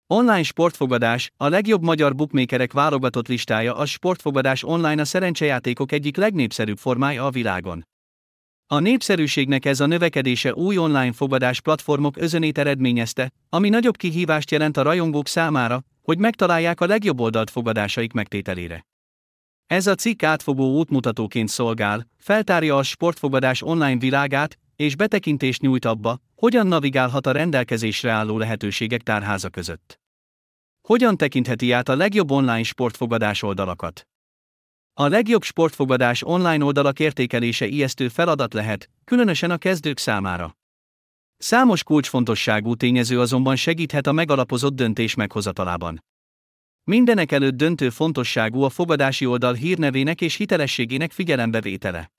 Online sportfogadás, a legjobb magyar bookmakerek válogatott listája. A sportfogadás online a szerencsejátékok egyik legnépszerűbb formája a világon. A népszerűségnek ez a növekedése új online fogadás platformok özönét eredményezte, ami nagyobb kihívást jelent a rajongók számára, hogy megtalálják a legjobb oldalt fogadásaik megtételére. Ez a cikk átfogó útmutatóként szolgál, feltárja a sportfogadás online világát, és betekintést nyújt abba, hogyan navigálhat a rendelkezésre álló lehetőségek tárháza között. Hogyan tekintheti át a legjobb online sportfogadás oldalakat? A legjobb sportfogadás online oldalak értékelése ijesztő feladat lehet, különösen a kezdők számára. Számos kulcsfontosságú tényező azonban segíthet a megalapozott döntés meghozatalában. Mindenekelőtt döntő fontosságú a fogadási oldal hírnevének és hitelességének figyelembevétele.